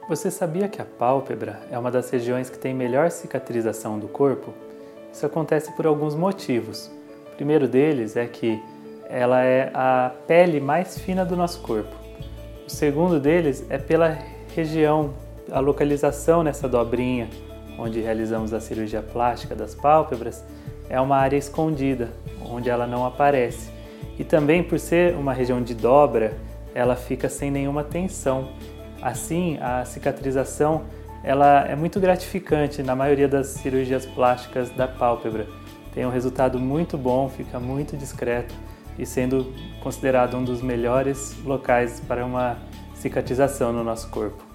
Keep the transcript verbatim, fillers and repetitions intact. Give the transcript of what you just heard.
Você sabia que a pálpebra é uma das regiões que tem melhor cicatrização do corpo? Isso acontece por alguns motivos. O primeiro deles é que ela é a pele mais fina do nosso corpo. O segundo deles é pela região, a localização nessa dobrinha, onde realizamos a cirurgia plástica das pálpebras, é uma área escondida, onde ela não aparece. E também por ser uma região de dobra, ela fica sem nenhuma tensão. Assim, a cicatrização ela é muito gratificante na maioria das cirurgias plásticas da pálpebra. Tem um resultado muito bom, fica muito discreto e sendo considerado um dos melhores locais para uma cicatrização no nosso corpo.